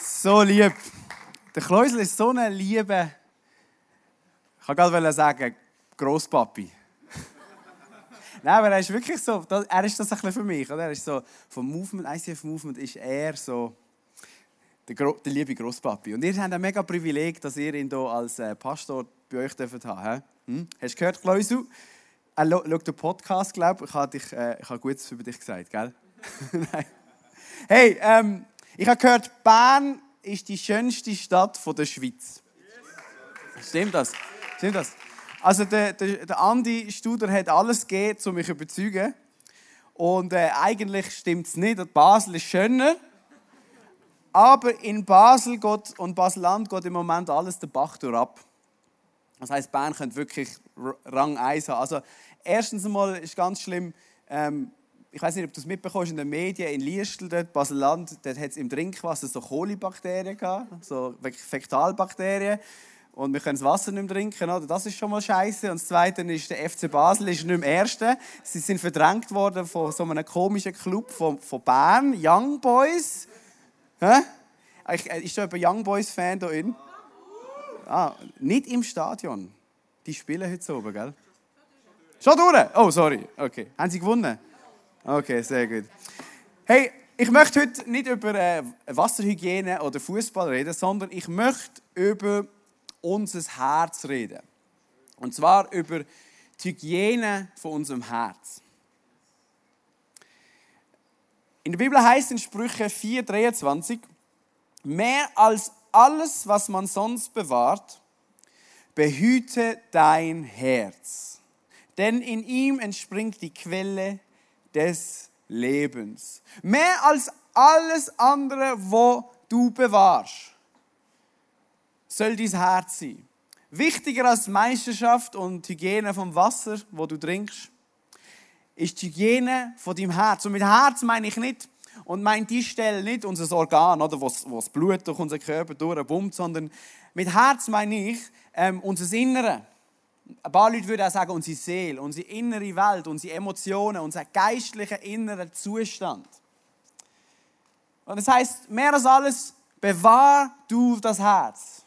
So lieb. Der Kleusel ist so ein lieber, ich kann gerade sagen, Grosspapi. Nein, aber er ist wirklich so, er ist das ein bisschen für mich. Oder? Er ist so, vom Movement, ICF Movement ist er so der liebe Grosspapi. Und ihr habt ein mega Privileg, dass ihr ihn hier als Pastor bei euch haben dürft. Hast du gehört, Kleusel? Er schaut den Podcast, glaube ich. Ich habe Gutes über dich gesagt, gell? Nein. Hey, ich habe gehört, Bern ist die schönste Stadt der Schweiz. Stimmt das? Stimmt das? Also der Andi Studer hat alles gegeben, um mich zu überzeugen. Und eigentlich stimmt es nicht. Basel ist schöner. Aber in Basel und Basel-Land geht im Moment alles den Bach ab. Das heisst, Bern könnte wirklich Rang 1 haben. Also erstens einmal ist ganz schlimm, ich weiß nicht, ob du es mitbekommst, in den Medien in Liestel, dort, Basel-Land, dort hat es im Trinkwasser so Kolibakterien gehabt, so Fäkalbakterien. Und wir können das Wasser nicht mehr trinken, oder? Das ist schon mal scheiße. Und das Zweite ist, der FC Basel ist nicht mehr Erste. Sie sind verdrängt worden von so einem komischen Club von Bern, Young Boys. Hä? Ist da jemand Young Boys Fan da drin? Ah, nicht im Stadion. Die spielen heute oben, gell? Schon durch? Oh, sorry. Okay. Haben sie gewonnen? Okay, sehr gut. Hey, ich möchte heute nicht über Wasserhygiene oder Fußball reden, sondern ich möchte über unser Herz reden. Und zwar über die Hygiene von unserem Herz. In der Bibel heißt in Sprüche 4,23: Mehr als alles, was man sonst bewahrt, behüte dein Herz. Denn in ihm entspringt die Quelle des Lebens. Mehr als alles andere, was du bewahrst, soll dein Herz sein. Wichtiger als Meisterschaft und Hygiene vom Wasser, wo du trinkst, ist die Hygiene von deinem Herz. Und mit Herz meine ich nicht, und meine die Stelle nicht unser Organ, oder, wo das Blut durch unseren Körper durchpumpt, sondern mit Herz meine ich unser Innere. Ein paar Leute würden auch sagen, unsere Seele, unsere innere Welt, unsere Emotionen, unser geistlicher innerer Zustand. Und das heisst, mehr als alles, bewahr du das Herz.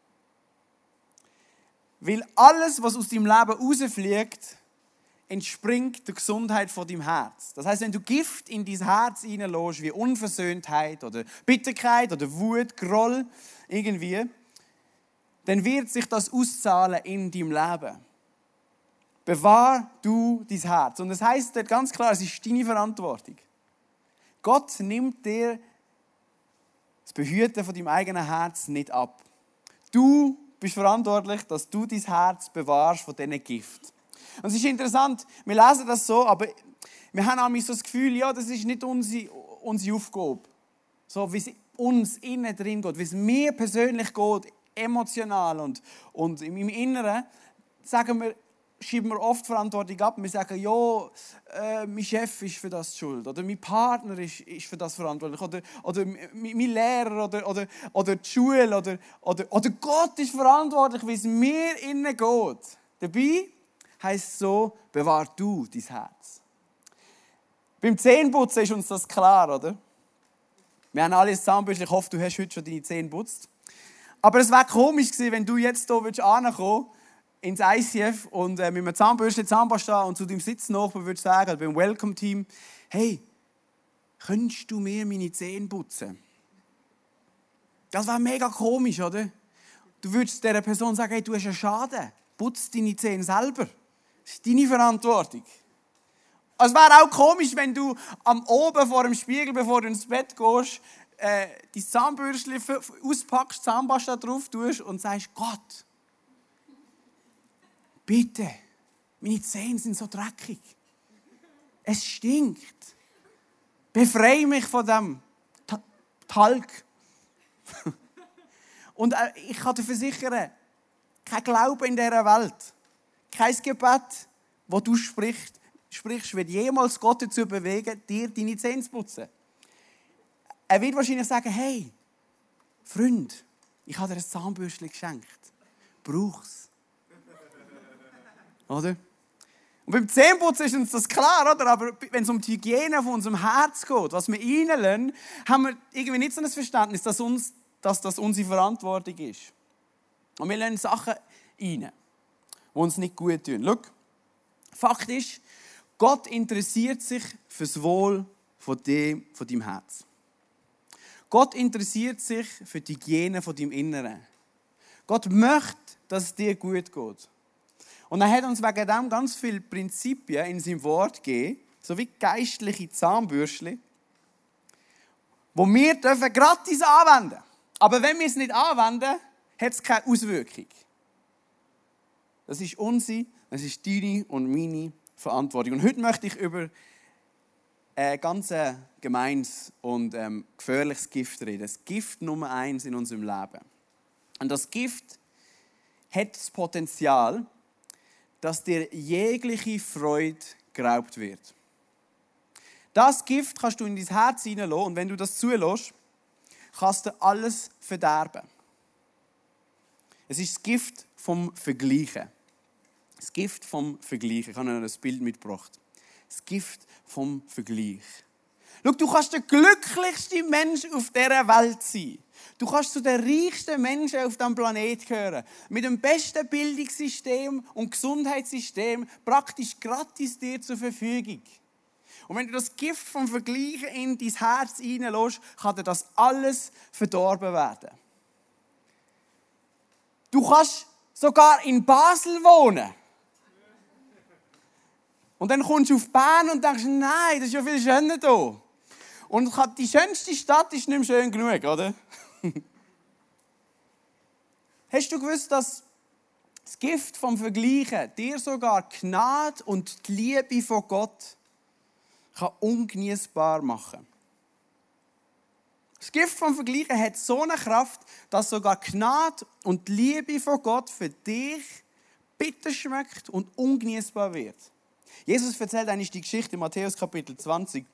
Weil alles, was aus deinem Leben rausfliegt, entspringt der Gesundheit von deinem Herz. Das heisst, wenn du Gift in dein Herz reinlässt, wie Unversöhntheit oder Bitterkeit oder Wut, Groll, irgendwie, dann wird sich das auszahlen in deinem Leben. Bewahr du dein Herz. Und das heisst dort ganz klar, es ist deine Verantwortung. Gott nimmt dir das Behüten von deinem eigenen Herz nicht ab. Du bist verantwortlich, dass du dein Herz bewahrst von diesen Gift. Und es ist interessant, wir lesen das so, aber wir haben auch so das Gefühl, ja, das ist nicht unsere Aufgabe. So wie es uns innen drin geht, wie es mir persönlich geht, emotional und im Inneren, schieben wir oft Verantwortung ab. Wir sagen, ja, mein Chef ist für das schuld. Oder mein Partner ist für das verantwortlich. Oder mein Lehrer oder die Schule. Oder Gott ist verantwortlich, wie es mir innen geht. Dabei heisst es so, bewahr du dein Herz. Beim Zähneputzen ist uns das klar, oder? Wir haben alle ein Zahnbürstchen. Ich hoffe, du hast heute schon deine Zähne geputzt. Aber es wäre komisch gewesen, wenn du jetzt hier ankommen ins ICF und mit einem Zahnbürstchen Zahnpasta und zu deinem Sitznachbarn würdest sagen, beim Welcome-Team, hey, könntest du mir meine Zähne putzen? Das wäre mega komisch, oder? Du würdest dieser Person sagen, hey, du hast einen Schaden. Putz deine Zähne selber. Das ist deine Verantwortung. Es wäre auch komisch, wenn du am Oben vor dem Spiegel, bevor du ins Bett gehst, dein Zahnbürstchen auspackst, Zahnpasta drauf tust und sagst, Gott, bitte, meine Zähne sind so dreckig. Es stinkt. Befreie mich von dem Talg. Und ich kann dir versichern, kein Glaube in dieser Welt, kein Gebet, das du sprichst, wird jemals Gott dazu bewegen, dir deine Zähne zu putzen. Er wird wahrscheinlich sagen, hey, Freund, ich habe dir ein Zahnbürstchen geschenkt. Brauch's. Oder? Und beim Zähneputzen ist uns das klar, oder? Aber wenn es um die Hygiene von unserem Herz geht, was wir reinlassen, haben wir irgendwie nicht so ein Verständnis, dass uns dass das unsere Verantwortung ist. Und wir lassen Sachen rein, die uns nicht gut tun. Schau, Fakt ist, Gott interessiert sich für das Wohl von deinem Herz. Gott interessiert sich für die Hygiene von deinem Inneren. Gott möchte, dass es dir gut geht. Und er hat uns wegen dem ganz viele Prinzipien in seinem Wort gegeben, so wie geistliche Zahnbürstchen, die wir gratis anwenden dürfen. Aber wenn wir es nicht anwenden, hat es keine Auswirkung. Das ist unsere, das ist deine und meine Verantwortung. Und heute möchte ich über ein ganz gemeines und gefährliches Gift reden. Das Gift Nummer 1 in unserem Leben. Und das Gift hat das Potenzial, dass dir jegliche Freude geraubt wird. Das Gift kannst du in dein Herz hineinlassen und wenn du das zulässt, kannst du alles verderben. Es ist das Gift vom Vergleichen. Das Gift vom Vergleichen. Ich habe noch ein Bild mitgebracht. Das Gift vom Vergleich. Schau, du kannst der glücklichste Mensch auf dieser Welt sein. Du kannst zu den reichsten Menschen auf diesem Planeten gehören. Mit dem besten Bildungssystem und Gesundheitssystem praktisch gratis dir zur Verfügung. Und wenn du das Gift vom Vergleichen in dein Herz hineinlässt, kann dir das alles verdorben werden. Du kannst sogar in Basel wohnen. Und dann kommst du auf Bern und denkst, nein, das ist ja viel schöner hier. Und die schönste Stadt ist nicht mehr schön genug, oder? Hast du gewusst, dass das Gift vom Vergleichen dir sogar die Gnade und die Liebe von Gott ungenießbar machen kann? Das Gift vom Vergleichen hat so eine Kraft, dass sogar die Gnade und die Liebe von Gott für dich bitter schmeckt und ungenießbar wird. Jesus erzählt eigentlich die Geschichte in Matthäus Kapitel 20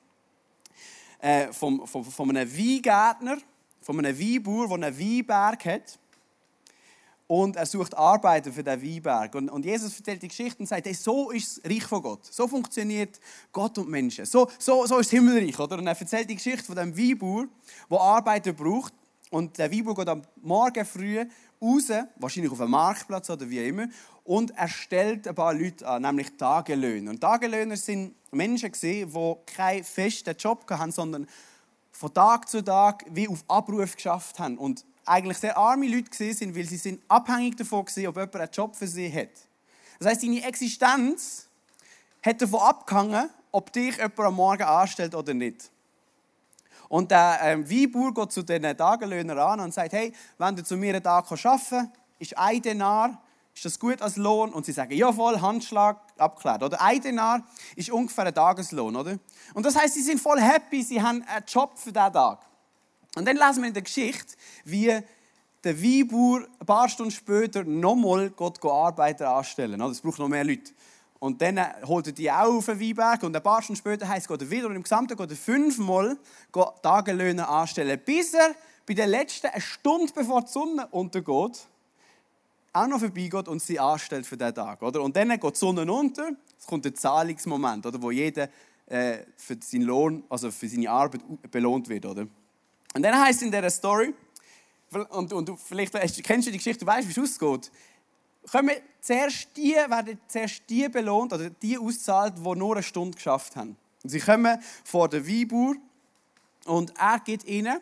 von einem Weingärtner, von einem Weinbauer, der einen Weinberg hat. Und er sucht Arbeiter für diesen Weinberg. Und Jesus erzählt die Geschichte und sagt, hey, so ist das Reich von Gott. So funktioniert Gott und Menschen. So ist das Himmelreich. Oder? Und er erzählt die Geschichte von diesem Weinbauer, der Arbeiter braucht. Und der Weinbauer geht am Morgen früh raus, wahrscheinlich auf einem Marktplatz oder wie immer, und er stellt ein paar Leute an, nämlich Tagelöhner. Und Tagelöhner sind Menschen, die keinen festen Job hatten, sondern von Tag zu Tag wie auf Abruf geschafft haben. Und eigentlich sehr arme Leute waren, weil sie sind abhängig davon waren, ob jemand einen Job für sie hat. Das heisst, deine Existenz hat davon abgehangen, ob dich jemand am Morgen anstellt oder nicht. Und der Weinbauer geht zu den Tagelöhnern an und sagt, hey, wenn du zu mir einen Tag arbeiten kannst, ist 1 Denar, ist das gut als Lohn? Und sie sagen, ja voll, Handschlag, abgeklärt. Oder 1 Denar ist ungefähr ein Tageslohn. Oder? Und das heisst, sie sind voll happy, sie haben einen Job für diesen Tag. Und dann lesen wir in der Geschichte, wie der Weinbauer ein paar Stunden später nochmal Arbeiter anstellen. Es braucht noch mehr Leute. Und dann holt er die auch auf den Weinberg und ein paar Stunden später heisst, geht er wieder und im Gesamten geht er 5-mal Tagelöhner anstellen, bis er bei der letzten, eine Stunde bevor die Sonne untergeht, auch noch vorbeigeht und sie anstellt für diesen Tag. Oder? Und dann geht die Sonne unter, es kommt der Zahlungsmoment, oder, wo jeder für seinen Lohn, also für seine Arbeit belohnt wird. Oder? Und dann heisst es in dieser Story, und du vielleicht kennst du die Geschichte, du weißt, wie es ausgeht, werden zuerst die belohnt oder die ausgezahlt, die nur eine Stunde geschafft haben. Und sie kommen vor den Weinbauer und er gibt ihnen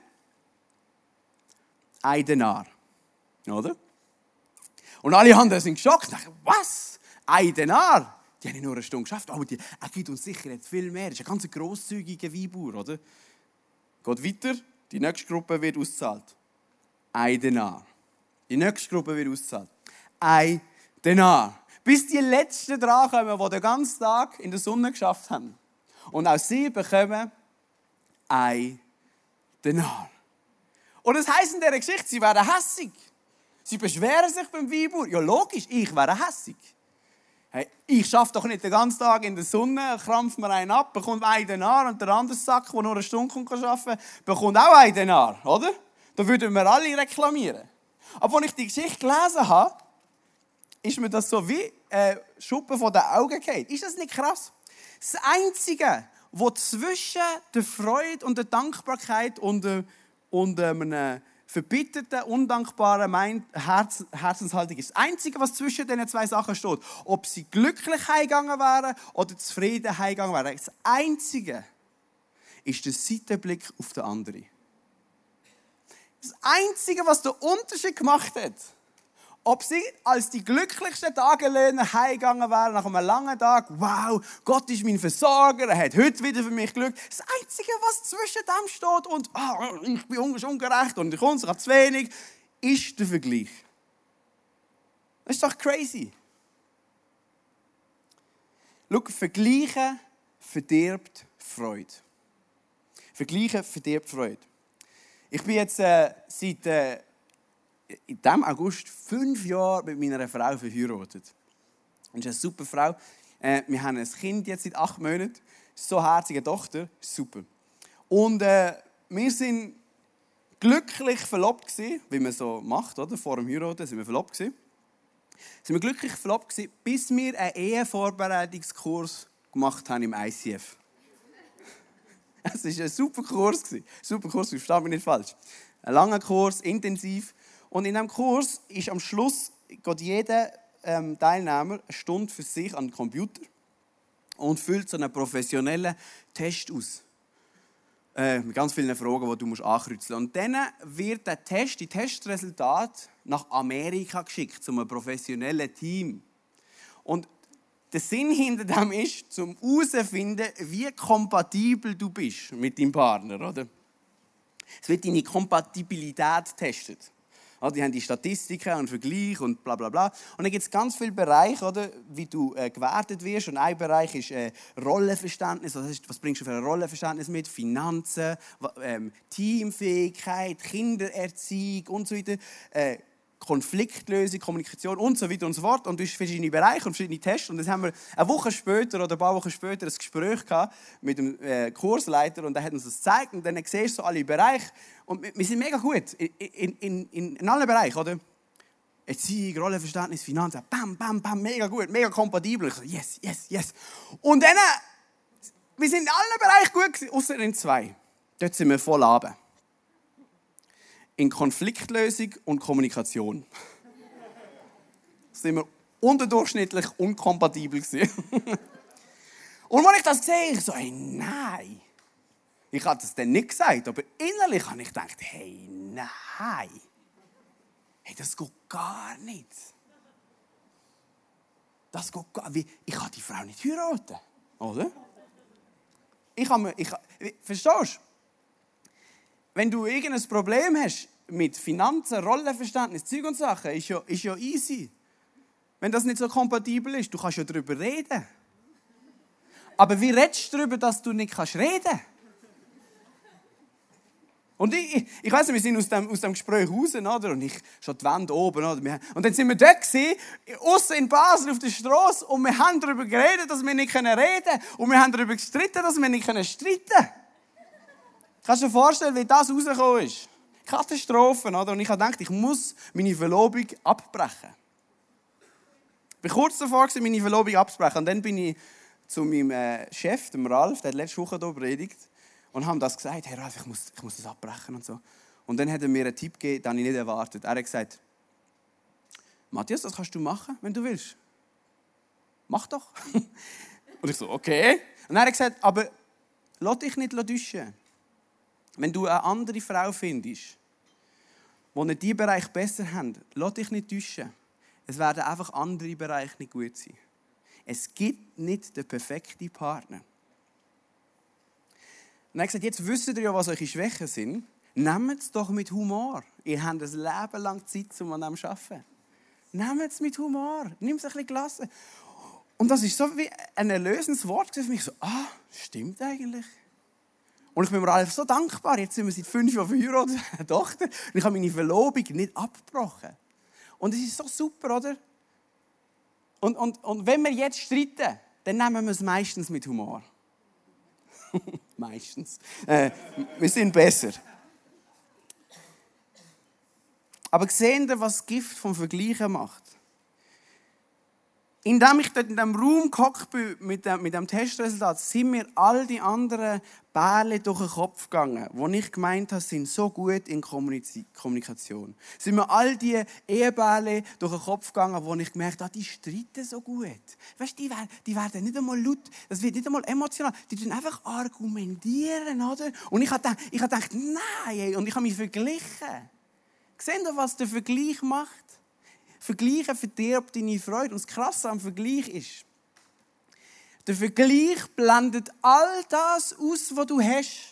1 Denar. Oder? Und alle anderen sind geschockt und sagen, was? 1 Denar? Die haben nur eine Stunde geschafft, aber er gibt uns sicher jetzt viel mehr. Das ist ein ganz grosszügiger Weinbauer, oder? Geht weiter, die nächste Gruppe wird ausgezahlt. 1 Denar. Die nächste Gruppe wird ausgezahlt. 1 Denar. Bis die Letzten drankommen, die den ganzen Tag in der Sonne geschafft haben. Und auch sie bekommen 1 Denar. Und das heisst in dieser Geschichte, sie werden hässig. Sie beschweren sich beim Weinbauer. Ja, logisch, ich wäre hässig. Hey, ich arbeite doch nicht den ganzen Tag in der Sonne, krampft mir einen ab, bekommt 1 Denar und der andere Sack, der nur eine Stunde arbeiten kann, bekommt auch 1 Denar, oder? Da würden wir alle reklamieren. Aber als ich die Geschichte gelesen habe, ist mir das so wie Schuppen von den Augen gefallen. Ist das nicht krass? Das Einzige, was zwischen der Freude und der Dankbarkeit und einem verbitterten, undankbaren Herzenshaltung ist. Das Einzige, was zwischen diesen zwei Sachen steht, ob sie glücklich heimgegangen wären oder zufrieden heimgegangen wären, das Einzige ist der Seitenblick auf den anderen. Das Einzige, was den Unterschied gemacht hat, ob sie als die glücklichsten Tagelöhner heimgegangen wären nach einem langen Tag, wow, Gott ist mein Versorger, er hat heute wieder für mich Glück. Das Einzige, was zwischen dem steht und ich bin ungerecht und ich habe zu wenig, ist der Vergleich. Das ist doch crazy. Schau, Vergleichen verdirbt Freude. Vergleichen verdirbt Freude. Ich bin jetzt seit in diesem August 5 Jahre mit meiner Frau verheiratet. Das ist eine super Frau. Wir haben ein Kind jetzt seit 8 Monaten. So eine herzige Tochter. Super. Und wir sind glücklich verlobt gewesen, wie man so macht, oder? Vor dem Heiraten sind wir verlobt gewesen. Sind wir glücklich verlobt gewesen, bis wir einen Ehevorbereitungskurs gemacht haben im ICF. Es war ein super Kurs. Super Kurs, verstehe mich nicht falsch. Ein langer Kurs, intensiv. Und in diesem Kurs ist am Schluss geht jeder Teilnehmer eine Stunde für sich an den Computer und füllt so einen professionellen Test aus. Mit ganz vielen Fragen, die du ankreuzeln musst. Und dann wird der Test, die Testresultate nach Amerika geschickt, zu einem professionellen Team. Und der Sinn hinter dem ist, um herauszufinden, wie kompatibel du bist mit deinem Partner. Oder? Es wird deine Kompatibilität getestet. Die haben die Statistiken und Vergleich und bla bla bla. Und dann gibt es ganz viele Bereiche, oder, wie du gewertet wirst. Und ein Bereich ist Rollenverständnis. Was bringst du für ein Rollenverständnis mit? Finanzen, Teamfähigkeit, Kindererziehung und so weiter. Konfliktlösung, Kommunikation und so weiter und so fort. Und du hast verschiedene Bereiche und verschiedene Tests. Und dann haben wir eine Woche später oder ein paar Wochen später ein Gespräch gehabt mit dem Kursleiter und der hat uns das gezeigt. Und dann siehst du so alle Bereiche. Und wir sind mega gut in allen Bereichen, oder? Erziehung, Rollenverständnis, Finanzen, bam, bam, bam, mega gut, mega kompatibel. Ich so, yes, yes, yes. Und dann, wir sind in allen Bereichen gut gewesen, außer in 2. Dort sind wir voll runter. In Konfliktlösung und Kommunikation. Da sind wir unterdurchschnittlich unkompatibel gewesen. Und als ich das sehe, ich so, hey, nein. Ich habe das dann nicht gesagt, aber innerlich habe ich gedacht, hey, nein. Hey, das geht gar nicht. Das geht gar nicht. Ich kann die Frau nicht heiraten, oder? Verstehst du? Wenn du irgendein Problem hast mit Finanzen, Rollenverständnis, Zeug und Sachen, ist ja easy. Wenn das nicht so kompatibel ist, du kannst ja darüber reden. Aber wie redest du darüber, dass du nicht reden kannst? Und ich weiss nicht, wir sind aus dem Gespräch raus, oder? Und ich schon die Wände oben, oder? Und dann sind wir dort gewesen, aussen in Basel auf der Straße, und wir haben darüber geredet, dass wir nicht reden können. Und wir haben darüber gestritten, dass wir nicht streiten können. Kannst du dir vorstellen, wie das rausgekommen ist? Katastrophen, oder? Und ich habe gedacht, ich muss meine Verlobung abbrechen. Ich war kurz davor, meine Verlobung abzubrechen. Und dann bin ich zu meinem Chef, dem Ralf, der hat letzte Woche hier predigt, und haben das gesagt, hey Ralf, ich muss das abbrechen und so. Und dann hat er mir einen Tipp gegeben, den ich nicht erwartet. Er hat gesagt, Matthias, das kannst du machen, wenn du willst. Mach doch. Und ich so, okay. Und er hat gesagt, aber lass dich nicht täuschen. Wenn du eine andere Frau findest, die in diesem Bereich besser haben, lass dich nicht täuschen. Es werden einfach andere Bereiche nicht gut sein. Es gibt nicht den perfekten Partner. Und er hat gesagt, jetzt wisst ihr ja, was eure Schwächen sind. Nehmt es doch mit Humor. Ihr habt ein Leben lang Zeit, um an dem zu arbeiten. Nehmt es mit Humor. Nehmt es ein bisschen gelassen. Und das ist so wie ein erlösendes Wort für mich. So, stimmt eigentlich. Und ich bin mir einfach so dankbar. Jetzt sind wir seit 5 Jahren verheiratet, eine Tochter. Und ich habe meine Verlobung nicht abgebrochen. Und es ist so super, oder? Und wenn wir jetzt streiten, dann nehmen wir es meistens mit Humor. Meistens. Wir sind besser. Aber seht ihr, was das Gift vom Vergleichen macht? Indem ich dort in diesem Raum gehockt bin mit dem Testresultat, sind mir all die anderen Bälle durch den Kopf gegangen, die ich gemeint habe, sind so gut in Kommunikation. Sind mir all die Ehebälle durch den Kopf gegangen, wo ich gemerkt habe, die streiten so gut. Weißt du, die werden nicht einmal laut, das wird nicht einmal emotional, die tun einfach argumentieren, oder? Und ich habe gedacht, nein, und ich habe mich verglichen. Seht ihr, was der Vergleich macht? Vergleichen verdirbt deine Freude. Und das Krasse am Vergleich ist, der Vergleich blendet all das aus, was du hast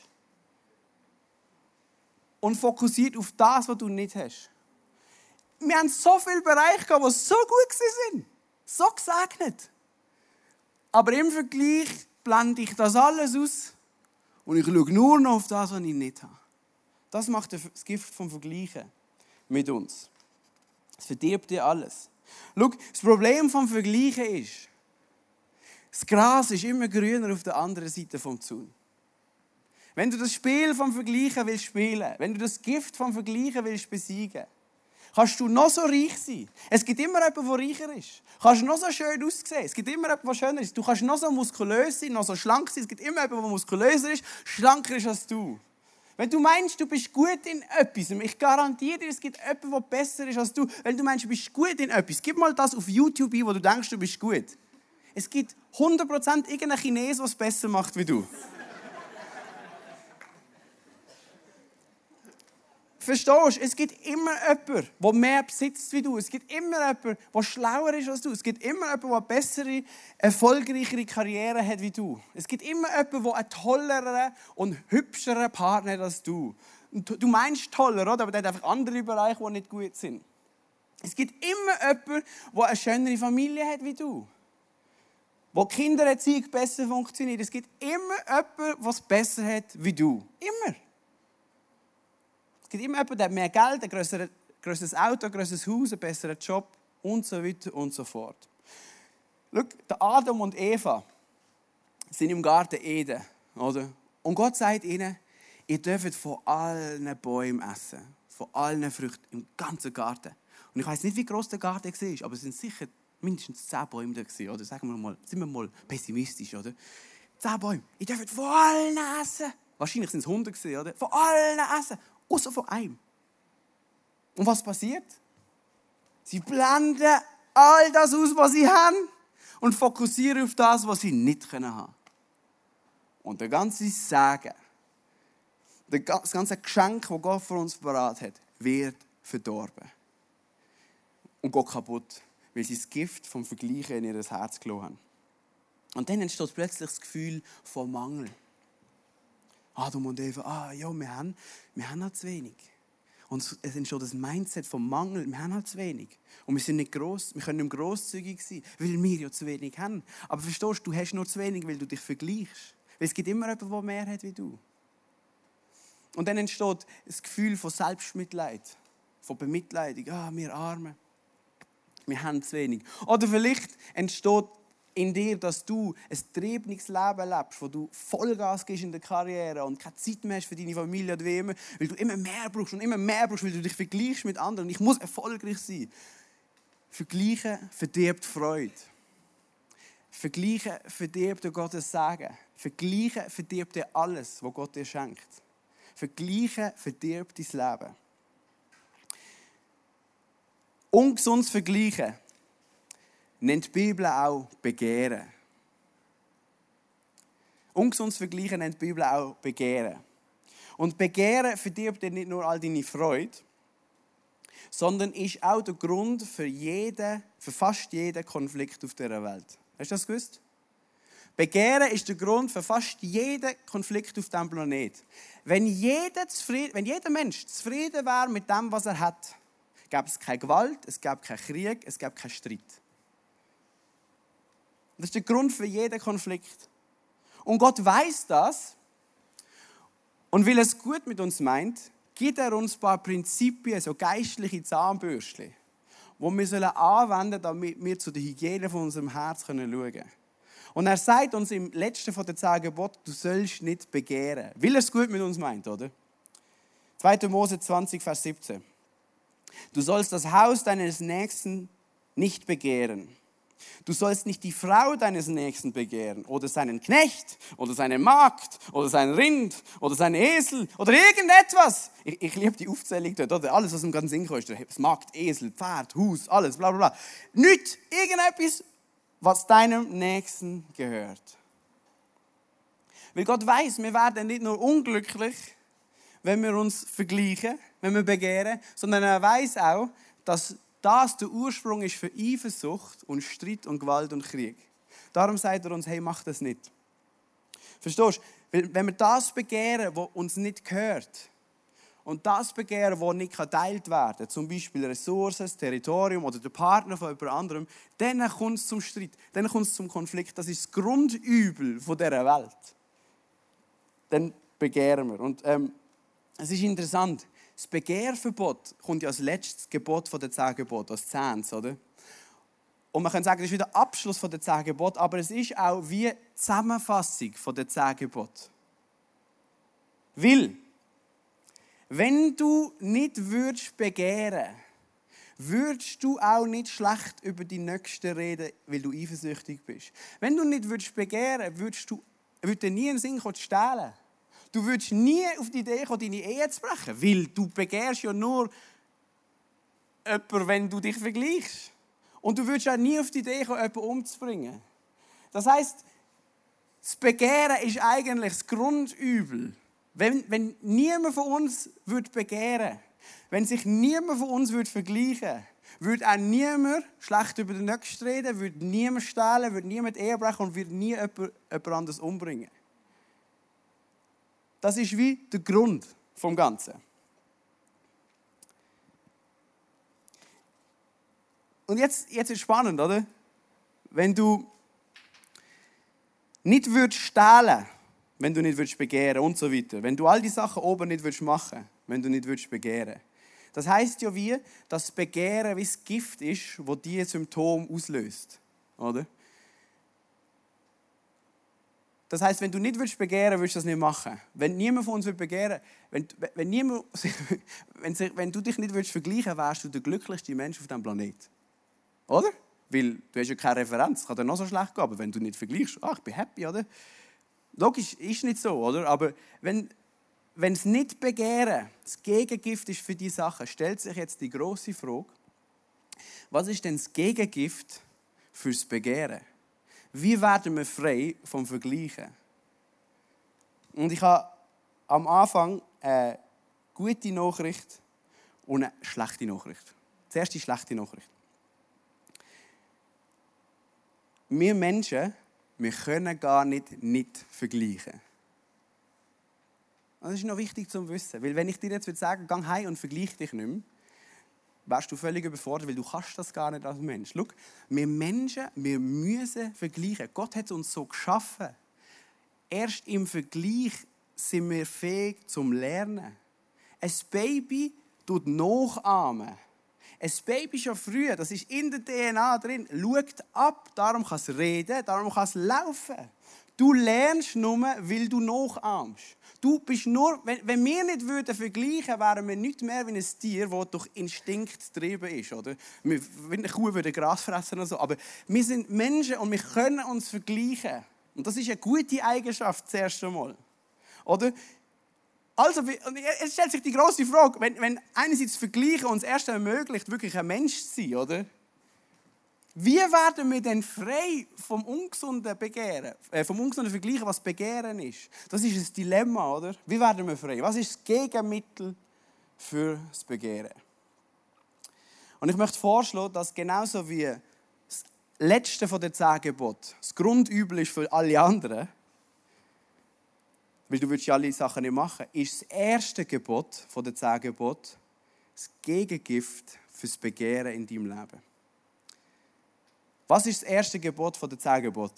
und fokussiert auf das, was du nicht hast. Wir haben so viele Bereiche gehabt, die so gut waren, so gesegnet. Aber im Vergleich blende ich das alles aus und ich schaue nur noch auf das, was ich nicht habe. Das macht das Gift vom Vergleichen mit uns. Es verdirbt dir alles. Schau, das Problem vom Vergleichen ist, das Gras ist immer grüner auf der anderen Seite vom Zaun. Wenn du das Spiel vom Vergleichen willst spielen, wenn du das Gift vom Vergleichen willst besiegen, kannst du noch so reich sein. Es gibt immer jemanden, der reicher ist. Kannst du noch so schön aussehen. Es gibt immer jemanden, der schöner ist. Du kannst noch so muskulös sein, noch so schlank sein. Es gibt immer jemanden, der muskulöser ist, schlanker ist als du. Wenn du meinst, du bist gut in etwas, ich garantiere dir, es gibt jemanden, der besser ist als du. Wenn du meinst, du bist gut in etwas, gib mal das auf YouTube ein, wo du denkst, du bist gut. Es gibt 100% irgendeinen Chinesen, der es besser macht wie du. Verstehst du? Es gibt immer jemanden, der mehr besitzt wie du. Es gibt immer jemanden, der schlauer ist als du. Es gibt immer jemanden, der eine bessere, erfolgreichere Karriere hat wie du. Es gibt immer jemanden, der einen tolleren und hübscheren Partner hat als du. Und du meinst toller, oder? Aber der hat einfach andere Bereiche, die nicht gut sind. Es gibt immer jemanden, der eine schönere Familie hat wie du. Wo die Kindererziehung besser funktioniert. Es gibt immer jemanden, der es besser hat wie du. Immer. Es gibt immer jemanden, der hat mehr Geld, ein grösseres Auto, ein grösseres Haus, einen besseren Job und so weiter und so fort. Schau, der Adam und Eva sind im Garten Eden, oder? Und Gott sagt ihnen, ihr dürft von allen Bäumen essen, von allen Früchten im ganzen Garten. Und ich weiss nicht, wie groß der Garten war, aber es sind sicher mindestens 10 Bäume da, oder? Sagen wir mal, sind wir mal pessimistisch, oder? 10 Bäume, ihr dürft von allen essen. Wahrscheinlich sind es 100, oder? Von allen essen. Außer von einem. Und was passiert? Sie blenden all das aus, was sie haben und fokussieren auf das, was sie nicht haben können. Und der ganze Segen, das ganze Geschenk, das Gott für uns parat hat, wird verdorben. Und geht kaputt, weil sie das Gift vom Vergleichen in ihr Herz gelassen haben. Und dann entsteht plötzlich das Gefühl von Mangel. Adam und Eva, wir haben halt zu wenig. Und es entsteht das Mindset vom Mangel, wir haben halt zu wenig. Und wir sind nicht gross, wir können nicht grosszügig sein, weil wir ja zu wenig haben. Aber verstehst du, hast nur zu wenig, weil du dich vergleichst. Weil es gibt immer jemanden, der mehr hat wie du. Und dann entsteht das Gefühl von Selbstmitleid, von Bemitleidung. Wir Armen, wir haben zu wenig. Oder vielleicht entsteht in dir, dass du ein triebiges Leben lebst, wo du Vollgas gibst in der Karriere und keine Zeit mehr hast für deine Familie oder wie immer, weil du immer mehr brauchst und immer mehr brauchst, weil du dich vergleichst mit anderen. Und ich muss erfolgreich sein. Vergleichen verdirbt Freude. Vergleichen verdirbt dir Gottes Segen. Vergleichen verdirbt dir alles, was Gott dir schenkt. Vergleichen verdirbt dein Leben. Ungesundes Vergleichen nennt die Bibel auch Begehren. Ungesundes Vergleichen nennt die Bibel auch Begehren. Und Begehren verdirbt dir nicht nur all deine Freude, sondern ist auch der Grund für fast jeden Konflikt auf dieser Welt. Hast du das gewusst? Begehren ist der Grund für fast jeden Konflikt auf diesem Planeten. Wenn jeder Mensch zufrieden wäre mit dem, was er hat, gäbe es keine Gewalt, es gäbe keinen Krieg, es gäbe keinen Streit. Das ist der Grund für jeden Konflikt. Und Gott weiß das. Und weil er es gut mit uns meint, gibt er uns ein paar Prinzipien, so geistliche Zahnbürstchen, die wir anwenden sollen, damit wir zu der Hygiene von unserem Herz schauen können. Und er sagt uns im letzten von den 10 Geboten, du sollst nicht begehren. Weil er es gut mit uns meint, oder? 2. Mose 20, Vers 17. Du sollst das Haus deines Nächsten nicht begehren. Du sollst nicht die Frau deines Nächsten begehren oder seinen Knecht oder seine Magd oder sein Rind oder seinen Esel oder irgendetwas. Ich liebe die Aufzählung dort, oder? Alles, was im ganzen Sinn ist. Das Magd, Esel, Pferd, Haus, alles, bla bla bla. Nicht irgendetwas, was deinem Nächsten gehört. Weil Gott weiß, wir werden nicht nur unglücklich, wenn wir uns vergleichen, wenn wir begehren, sondern er weiß auch, dass das der Ursprung ist für Eifersucht und Streit und Gewalt und Krieg. Darum sagt er uns, hey, mach das nicht. Verstehst du? Wenn wir das begehren, was uns nicht gehört, und das begehren, das nicht geteilt werden kann, zum Beispiel Ressourcen, das Territorium oder der Partner von jemand anderem, dann kommt es zum Streit, dann kommt es zum Konflikt. Das ist das Grundübel dieser Welt. Dann begehren wir. Und es ist interessant. Das Begehrverbot kommt ja als letztes Gebot der 10 Gebote, als 10. Oder? Und man kann sagen, das ist wieder der Abschluss der 10 Gebote, aber es ist auch wie die Zusammenfassung der 10 Gebote. Weil, wenn du nicht würdest begehren, würdest du auch nicht schlecht über die Nächsten reden, weil du eifersüchtig bist. Wenn du nicht würdest begehren, würde dir nie in den Sinn kommen, zu stehlen. Du würdest nie auf die Idee kommen, deine Ehe zu brechen, weil du begehrst ja nur jemanden, wenn du dich vergleichst. Und du würdest auch nie auf die Idee kommen, jemanden umzubringen. Das heisst, das Begehren ist eigentlich das Grundübel. Wenn niemand von uns begehren würde, wenn sich niemand von uns vergleichen würde auch niemand schlecht über den Nächsten reden, würde niemand stehlen, würde niemand Ehe brechen und würde nie jemand anderes umbringen. Das ist wie der Grund vom Ganzen. Und jetzt ist es spannend, oder? Wenn du nicht stehlen, wenn du nicht begehren und so weiter, wenn du all die Sachen oben nicht machen, wenn du nicht begehren. Das heisst ja wie, dass Begehren wie das Gift ist, das diese Symptome auslöst, oder? Das heisst, wenn du nicht begehren willst, würdest du das nicht machen. Wenn niemand von uns begehren will, wenn du dich nicht vergleichen willst, wärst du der glücklichste Mensch auf diesem Planeten. Oder? Weil du hast ja keine Referenz. Es kann dir noch so schlecht gehen, aber wenn du nicht vergleichst, ich bin happy, oder? Logisch, ist nicht so, oder? Aber wenn es nicht begehren, das Gegengift ist für diese Sachen, stellt sich jetzt die grosse Frage, was ist denn das Gegengift fürs Begehren? Wie werden wir frei vom Vergleichen? Und ich habe am Anfang eine gute Nachricht und eine schlechte Nachricht. Zuerst die schlechte Nachricht. Wir Menschen, wir können gar nicht vergleichen. Das ist noch wichtig zu wissen, weil wenn ich dir jetzt sagen würde, geh heim und vergleich dich nicht mehr, wärst du völlig überfordert, weil du kannst das gar nicht als Mensch. Schau, wir Menschen, wir müssen vergleichen. Gott hat uns so geschaffen. Erst im Vergleich sind wir fähig zum Lernen. Ein Baby tut nachahmen. Ein Baby schon früh, das ist in der DNA drin, schaut ab, darum kann es reden, darum kann es laufen. Du lernst nur, weil du nachahmst. Du bist nur, wenn wir nicht vergleichen würden, wären wir nicht mehr wie ein Tier, das durch Instinkt getrieben ist. Oder? Wenn eine Kuh würde Gras fressen oder so. Aber wir sind Menschen und wir können uns vergleichen. Und das ist eine gute Eigenschaft, das erste Mal. Oder? Also, es stellt sich die grosse Frage, wenn einerseits Vergleichen uns erst ermöglicht, wirklich ein Mensch zu sein, oder? Wie werden wir denn frei vom ungesunden Begehren, vom ungesunden Vergleichen, was Begehren ist? Das ist ein Dilemma, oder? Wie werden wir frei? Was ist das Gegenmittel für das Begehren? Und ich möchte vorschlagen, dass genauso wie das letzte von den 10 Geboten das Grundübel ist für alle anderen, weil du willst ja alle Sachen nicht machen, ist das erste Gebot von den 10 Geboten das Gegengift fürs Begehren in deinem Leben. Was ist das erste Gebot von den 10 Geboten?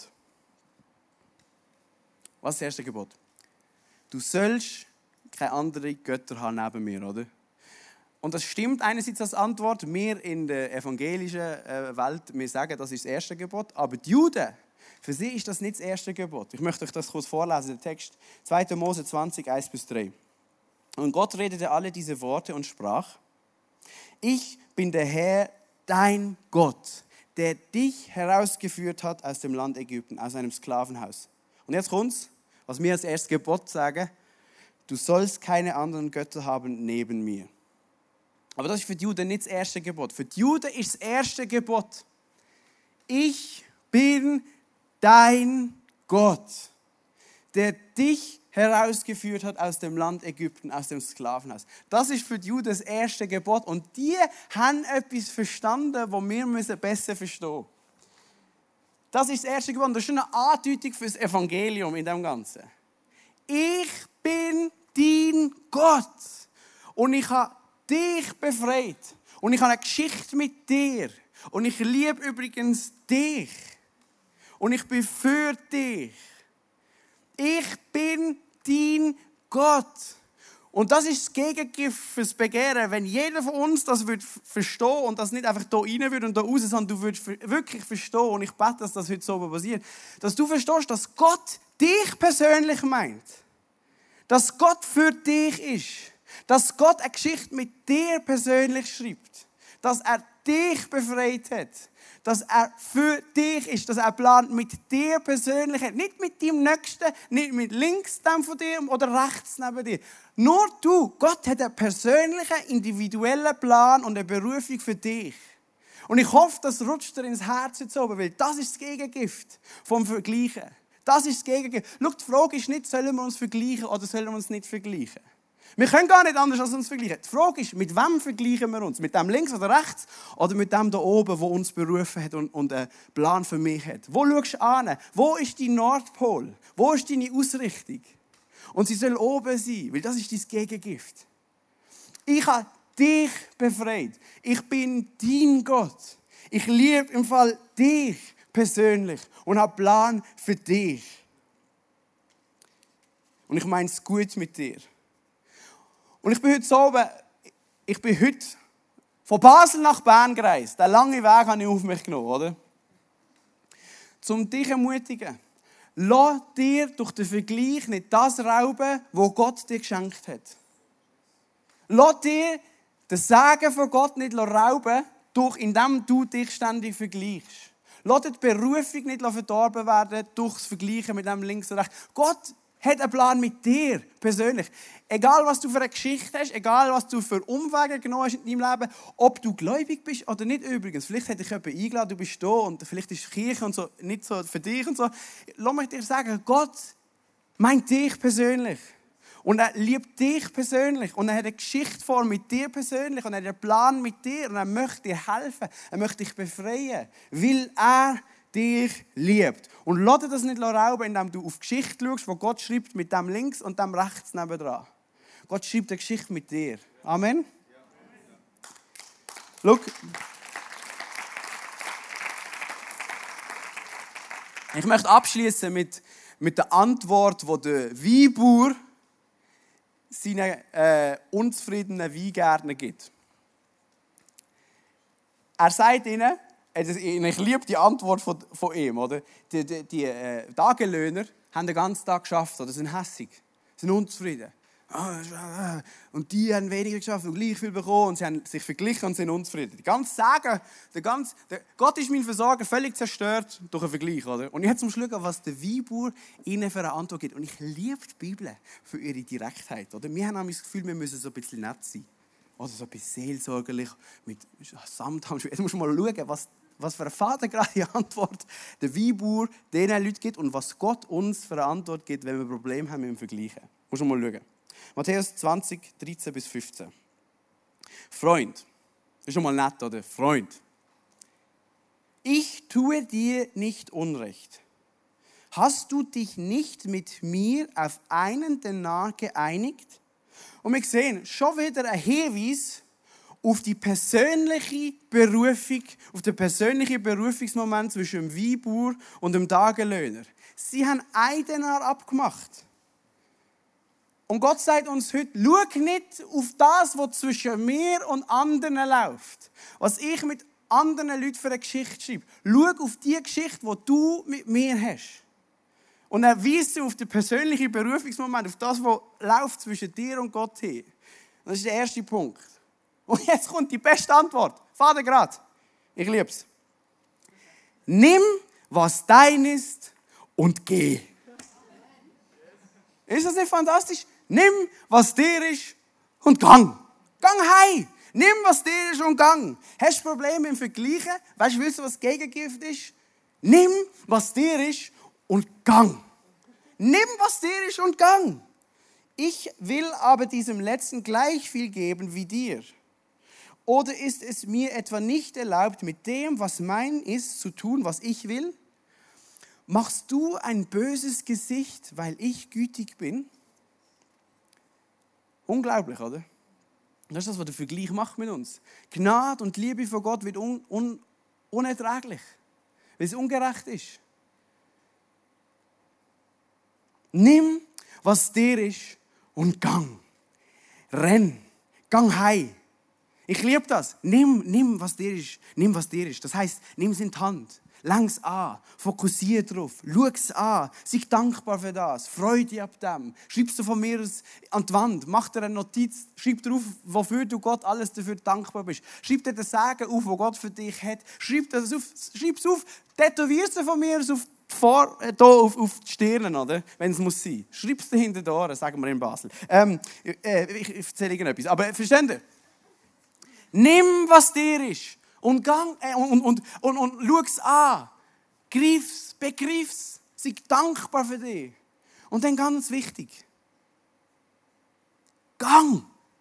Was ist das erste Gebot? Du sollst keine anderen Götter haben neben mir, oder? Und das stimmt einerseits als Antwort. Wir in der evangelischen Welt, wir sagen, das ist das erste Gebot. Aber die Juden, für sie ist das nicht das erste Gebot. Ich möchte euch das kurz vorlesen, der Text 2. Mose 20, 1-3. Und Gott redete alle diese Worte und sprach: Ich bin der Herr, dein Gott, der dich herausgeführt hat aus dem Land Ägypten, aus einem Sklavenhaus. Und jetzt kommt's, was wir als erstes Gebot sagen: Du sollst keine anderen Götter haben neben mir. Aber das ist für die Juden nicht das erste Gebot. Für die Juden ist das erste Gebot: Ich bin dein Gott, der dich herausgeführt hat aus dem Land Ägypten, aus dem Sklavenhaus. Das ist für die Juden das erste Gebot. Und die haben etwas verstanden, was wir besser verstehen müssen. Das ist das erste Gebot. Das ist schon eine Andeutung für das Evangelium in dem Ganzen. Ich bin dein Gott. Und ich habe dich befreit. Und ich habe eine Geschichte mit dir. Und ich liebe übrigens dich. Und ich bin für dich. Ich bin dein Gott. Und das ist das Gegengift fürs Begehren. Wenn jeder von uns das verstehen und das nicht einfach hier rein würde und hier raus, sondern du würdest wirklich verstehen, und ich bete, dass das heute so passiert, dass du verstehst, dass Gott dich persönlich meint. Dass Gott für dich ist. Dass Gott eine Geschichte mit dir persönlich schreibt. Dass er dich befreit hat. Dass er für dich ist, dass er plant mit dir persönlich hat. Nicht mit deinem Nächsten, nicht mit links von dir oder rechts neben dir. Nur du. Gott hat einen persönlichen, individuellen Plan und eine Berufung für dich. Und ich hoffe, das rutscht dir ins Herz jetzt oben, weil das ist das Gegengift vom Vergleichen. Das ist das Gegengift. Schau, die Frage ist nicht, sollen wir uns vergleichen oder sollen wir uns nicht vergleichen? Wir können gar nicht anders als uns vergleichen. Die Frage ist, mit wem vergleichen wir uns? Mit dem links oder rechts oder mit dem da oben, der uns berufen hat und einen Plan für mich hat? Wo schaust du an? Wo ist dein Nordpol? Wo ist deine Ausrichtung? Und sie soll oben sein, weil das ist dein Gegengift. Ich habe dich befreit. Ich bin dein Gott. Ich liebe im Fall dich persönlich und habe einen Plan für dich. Und ich meine es gut mit dir. Und ich bin heute so oben, ich bin heute von Basel nach Bern gereist. Den langen Weg habe ich auf mich genommen, oder? Um dich zu ermutigen. Lass dir durch den Vergleich nicht das rauben, was Gott dir geschenkt hat. Lass dir den Segen von Gott nicht rauben, indem du dich ständig vergleichst. Lass dir die Berufung nicht verdorben werden durch das Vergleichen mit dem links und rechts. Gott hat einen Plan mit dir persönlich. Egal, was du für eine Geschichte hast, egal, was du für Umwege genommen hast in deinem Leben, ob du gläubig bist oder nicht übrigens. Vielleicht hat dich jemand eingeladen, du bist da und vielleicht ist die Kirche und so nicht so für dich und so. Lass mich dir sagen, Gott meint dich persönlich. Und er liebt dich persönlich. Und er hat eine Geschichte vor mit dir persönlich. Und er hat einen Plan mit dir. Und er möchte dir helfen. Er möchte dich befreien. Weil er dich liebt. Und lass dir das nicht rauben, indem du auf die Geschichte schaust, wo Gott schreibt mit dem links und dem rechts nebendran. Gott schreibt eine Geschichte mit dir. Amen. Schau. Ich möchte abschließen mit der Antwort, die der Weinbauer seinen unzufriedenen Weingärtner gibt. Er sagt ihnen, ich liebe die Antwort von ihm, oder? Die Tagelöhner haben den ganzen Tag geschafft oder sind hässig, sind unzufrieden. Und die haben weniger geschafft und gleich viel bekommen und sie haben sich verglichen und sind unzufrieden. Die ganze Sagen, Gott ist mein Versorger, völlig zerstört durch einen Vergleich, oder? Und ich habe zum Schluss, was der Weinbauer ihnen für eine Antwort gibt. Und ich liebe die Bibel für ihre Direktheit, oder? Wir haben das Gefühl, wir müssen so ein bisschen nett sein. Oder so ein bisschen seelsorgerlich, mit Samthandschuhen. Jetzt musst du mal schauen, was für eine vatergerechte Antwort der Weinbauer diesen Leuten gibt und was Gott uns für eine Antwort gibt, wenn wir Probleme haben mit dem Vergleichen. Musst du mal schauen. Matthäus 20, 13 bis 15. Freund. Das ist schon mal nett, oder? Freund. Ich tue dir nicht Unrecht. Hast du dich nicht mit mir auf einen Denar geeinigt? Und wir sehen schon wieder ein Hinweis auf die persönliche Berufung, auf den persönlichen Berufungsmoment zwischen dem Weinbauer und dem Tagelöhner. Sie haben einen Denar abgemacht. Und Gott sagt uns heute, schau nicht auf das, was zwischen mir und anderen läuft. Was ich mit anderen Leuten für eine Geschichte schreibe. Schau auf die Geschichte, die du mit mir hast. Und er weist auf den persönlichen Berufungsmoment, auf das, was läuft zwischen dir und Gott hin. Das ist der erste Punkt. Und jetzt kommt die beste Antwort. Vater gerade. Ich liebe es. Nimm, was dein ist und geh. Ist das nicht fantastisch? Nimm, was dir ist und gang. Gang heim. Nimm, was dir ist und gang. Hast du Probleme im Vergleichen? Weißt du, was Gegengift ist? Nimm, was dir ist und gang. Nimm, was dir ist und gang. Ich will aber diesem Letzten gleich viel geben wie dir. Oder ist es mir etwa nicht erlaubt, mit dem, was mein ist, zu tun, was ich will? Machst du ein böses Gesicht, weil ich gütig bin? Unglaublich, oder? Das ist das, was der Vergleich macht mit uns. Gnade und Liebe von Gott wird unerträglich, weil es ungerecht ist. Nimm, was dir ist und gang. Renn, gang heim. Ich liebe das. Nimm, was dir ist. Nimm, was dir ist. Das heisst, nimm es in die Hand. Läng's an. Fokussiere drauf. Schau es an. Sei dankbar für das. Freu dich ab dem. Schreib es von mir an die Wand. Mach dir eine Notiz. Schreib drauf, wofür du Gott alles dafür dankbar bist. Schreib dir das Segen auf, wo Gott für dich hat. Schreib es auf. Tätowier es von mir auf die Stirn, oder? Wenn es muss sein. Schreib es hinter die Ohren, sagen wir in Basel. Ich erzähle irgendetwas. Aber versteht ihr? Nimm, was dir ist und gang und schau es an. Greif's, begreif's. Sei dankbar für dich. Und dann ganz wichtig. Gang.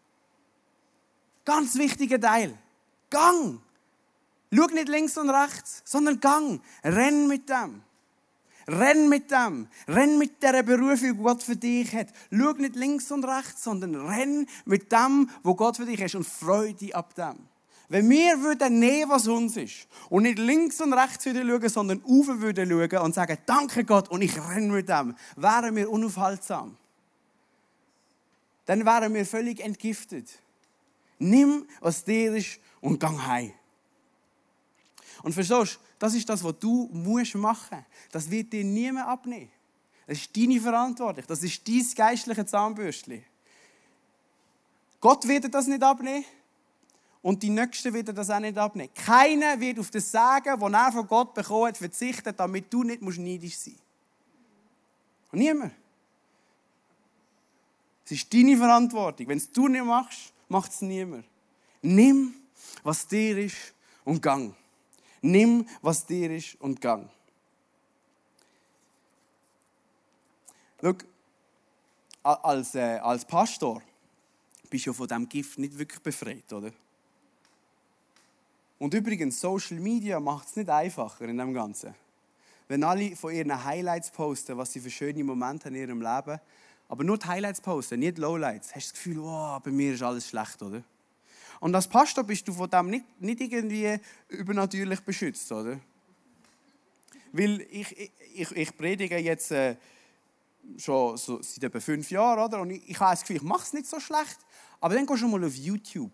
Ganz wichtiger Teil. Gang. Schau nicht links und rechts, sondern gang. Renn mit dem. Renn mit dem. Renn mit der Berufung, die Gott für dich hat. Schau nicht links und rechts, sondern renn mit dem, wo Gott für dich hat und freu dich ab dem. Wenn wir würden nehmen, was uns ist und nicht links und rechts wieder schauen, sondern rauf würden schauen und sagen, danke Gott und ich renne mit dem, wären wir unaufhaltsam. Dann wären wir völlig entgiftet. Nimm, was dir ist und gang heim. Und verstehst du, das ist das, was du machen musst. Das wird dir niemand abnehmen. Das ist deine Verantwortung. Das ist dein geistliches Zahnbürstchen. Gott wird das nicht abnehmen. Und die Nächsten werden das auch nicht abnehmen. Keiner wird auf das Sagen, das er von Gott bekommen hat, verzichten, damit du nicht neidisch sein musst. Und niemand. Es ist deine Verantwortung. Wenn es du nicht machst, macht es niemand. Nimm, was dir ist und gang. Nimm, was dir ist und gang. Schau, als Pastor bist du von diesem Gift nicht wirklich befreit, oder? Und übrigens, Social Media macht es nicht einfacher in dem Ganzen. Wenn alle von ihren Highlights posten, was sie für schöne Momente in ihrem Leben, aber nur die Highlights posten, nicht Lowlights, hast du das Gefühl, wow, bei mir ist alles schlecht, oder? Und als Pastor bist du von dem nicht irgendwie übernatürlich beschützt, oder? Weil ich predige jetzt schon so seit etwa 5 Jahren, oder? Und ich habe das Gefühl, ich mache es nicht so schlecht. Aber dann gehst du mal auf YouTube.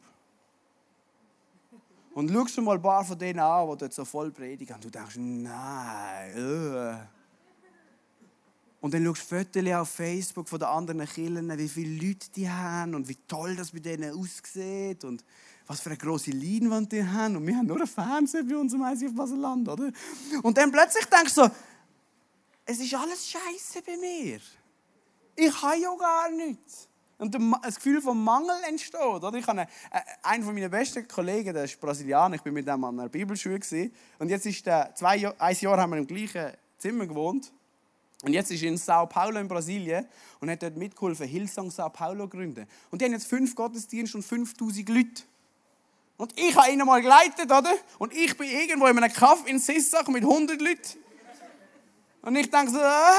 Und schaust du mal ein paar von denen an, die dort so voll predigen. Und du denkst, nein. Und dann schaust du Fotos auf Facebook von den anderen Kirchen, wie viele Leute die haben und wie toll das bei denen aussieht und was für eine grosse Leinwand die haben. Und wir haben nur einen Fernseher bei uns im ICF Basel-Land, oder? Und dann plötzlich denkst du so, es ist alles Scheiße bei mir. Ich habe ja gar nichts. Und das Gefühl von Mangel entsteht. Oder? Ich habe einen meiner besten Kollegen, der ist Brasilianer, ich war mit ihm an einer Bibelschule. Und jetzt ist ein Jahr haben wir im gleichen Zimmer gewohnt. Und jetzt ist er in Sao Paulo in Brasilien und hat dort mitgeholfen, Hillsong Sao Paulo zu gründen. Und die haben jetzt 5 Gottesdienste und 5000 Leute. Und ich habe ihn mal geleitet, oder? Und ich bin irgendwo in einem Kaff in Sissach mit 100 Leuten. Und ich denke so,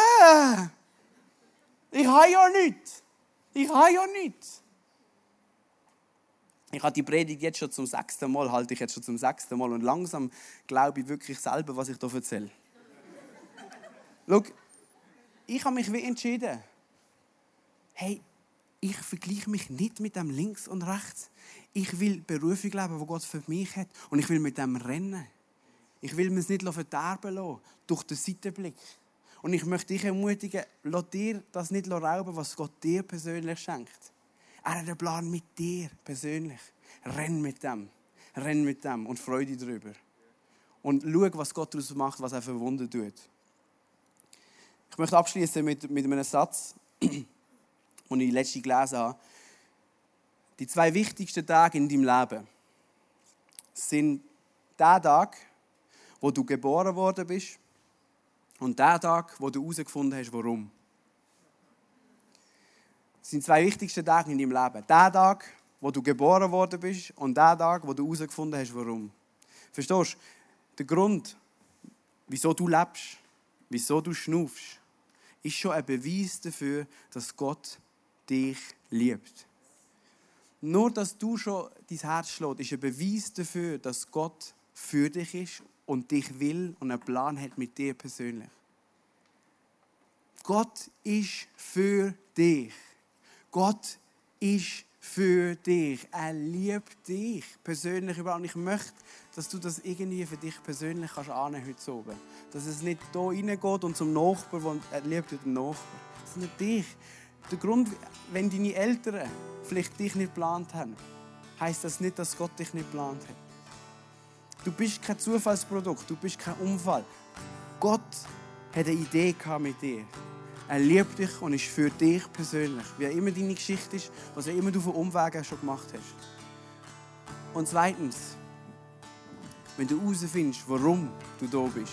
ich habe ja nichts. Ich habe ja nichts. Ich habe die Predigt jetzt schon zum 6. Mal, halte ich jetzt schon zum 6. Mal. Und langsam glaube ich wirklich selber, was ich hier erzähle. Schau, ich habe mich wie entschieden. Hey, ich vergleiche mich nicht mit dem links und rechts. Ich will Berufung leben, die Gott für mich hat. Und ich will mit dem rennen. Ich will mir es nicht verderben lassen, durch den Seitenblick. Und ich möchte dich ermutigen, lass dir das nicht rauben, was Gott dir persönlich schenkt. Er hat einen Plan mit dir persönlich. Renn mit dem und freu dich darüber. Und schau, was Gott daraus macht, was er für Wunder tut. Ich möchte abschließen mit einem Satz, den ich letztens gelesen habe. Die 2 wichtigsten Tage in deinem Leben sind der Tag, wo du geboren worden bist, und der Tag, wo du herausgefunden hast, warum. Das sind die 2 wichtigsten Tage in deinem Leben. Der Tag, wo du geboren worden bist, und der Tag, wo du herausgefunden hast, warum. Verstehst du? Der Grund, wieso du lebst, wieso du schnaufst, ist schon ein Beweis dafür, dass Gott dich liebt. Nur, dass du schon dein Herz schlägt, ist ein Beweis dafür, dass Gott für dich ist und dich will und einen Plan hat mit dir persönlich. Gott ist für dich. Gott ist für dich. Er liebt dich persönlich überall. Und ich möchte, dass du das irgendwie für dich persönlich kannst annehmen heute oben. Dass es nicht hier reingeht und zum Nachbarn, und er liebt den Nachbarn. Das ist nicht dich. Der Grund, wenn deine Eltern vielleicht dich nicht geplant haben, heisst das nicht, dass Gott dich nicht geplant hat. Du bist kein Zufallsprodukt, du bist kein Unfall. Gott hat eine Idee mit dir. Er liebt dich und ist für dich persönlich. Wie immer deine Geschichte ist, was immer du von Umwegen schon gemacht hast. Und zweitens, wenn du herausfindest, warum du da bist,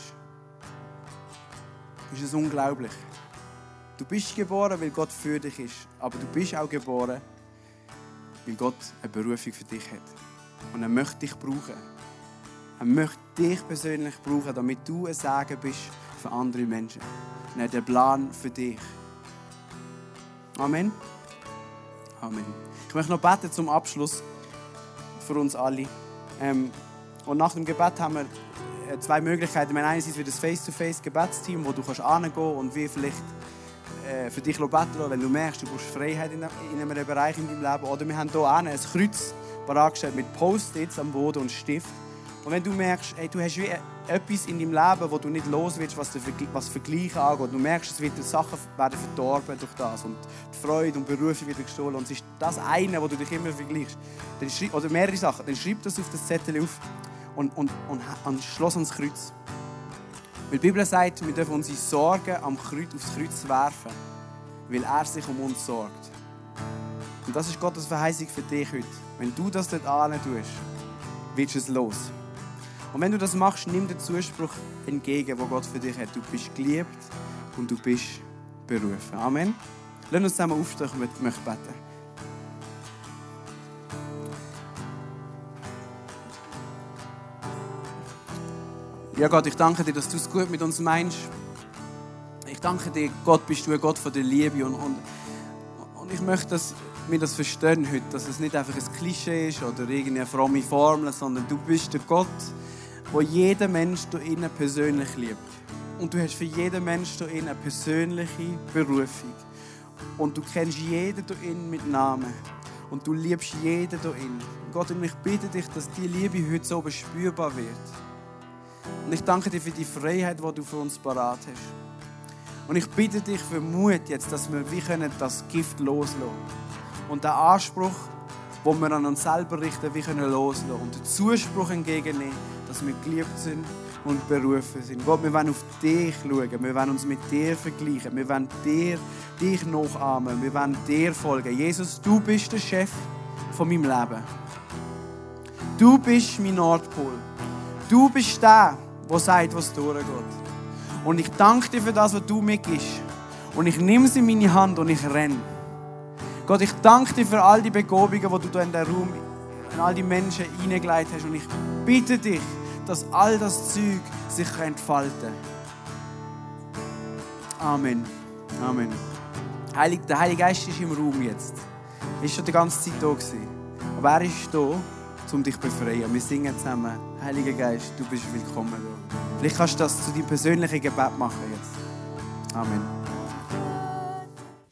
ist es unglaublich. Du bist geboren, weil Gott für dich ist. Aber du bist auch geboren, weil Gott eine Berufung für dich hat. Und er möchte dich brauchen. Er möchte dich persönlich brauchen, damit du ein Segen bist für andere Menschen. Und er hat einen Plan für dich. Amen. Amen. Ich möchte noch beten zum Abschluss für uns alle. Und nach dem Gebet haben wir 2 Möglichkeiten. Wir haben einerseits wieder das Face-to-Face-Gebetsteam, wo du hingehen kannst und wir vielleicht für dich beten lassen, wenn du merkst, du brauchst Freiheit in einem Bereich in deinem Leben. Oder wir haben hier ein Kreuz bereitgestellt mit Post-its am Boden und Stift. Und wenn du merkst, hey, du hast wie etwas in deinem Leben, wo du nicht los willst, was Vergleiche angeht, du merkst, Sachen werden verdorben durch das und die Freude und Berufung wieder gestohlen und es ist das eine, wo du dich immer vergleichst, oder mehrere Sachen, dann schreib das auf das Zettel auf und schloss ans Kreuz. Weil die Bibel sagt, wir dürfen unsere Sorgen aufs Kreuz werfen, weil er sich um uns sorgt. Und das ist Gottes Verheißung für dich heute. Wenn du das dort antust, willst du es los. Und wenn du das machst, nimm den Zuspruch entgegen, den Gott für dich hat. Du bist geliebt und du bist berufen. Amen. Lass uns zusammen aufstehen, ich möchte beten. Ja Gott, ich danke dir, dass du es gut mit uns meinst. Ich danke dir, Gott, bist du ein Gott von der Liebe. Und ich möchte, dass wir das verstehen heute, dass es nicht einfach ein Klischee ist oder irgendeine fromme Formel, sondern du bist der Gott, der jeden Menschen hier innen persönlich liebt. Und du hast für jeden Menschen hier innen eine persönliche Berufung. Und du kennst jeden hier innen mit Namen. Und du liebst jeden hier innen. Gott, und ich bitte dich, dass diese Liebe heute so spürbar wird. Und ich danke dir für die Freiheit, die du für uns parat hast. Und ich bitte dich für Mut jetzt, dass wir das Gift loslassen können. Und den Anspruch, den wir an uns selber richten, loslassen können. Und den Zuspruch entgegennehmen, dass wir geliebt sind und berufen sind. Gott, wir wollen auf dich schauen. Wir wollen uns mit dir vergleichen. Wir wollen dich nachahmen. Wir wollen dir folgen. Jesus, du bist der Chef von meinem Leben. Du bist mein Nordpol. Du bist der sagt, was durchgeht. Und ich danke dir für das, was du mir gibst. Und ich nehme es in meine Hand und ich renne. Gott, ich danke dir für all die Begabungen, die du hier in den Raum, in all die Menschen hineingelegt hast. Und ich bitte dich, dass all das Zeug sich entfalten kann. Amen. Amen. Der Heilige Geist ist im Raum jetzt. Er war schon die ganze Zeit da gewesen. Aber er ist da, um dich zu befreien. Wir singen zusammen. Heiliger Geist, du bist willkommen da. Vielleicht kannst du das zu deinem persönlichen Gebet machen jetzt. Amen.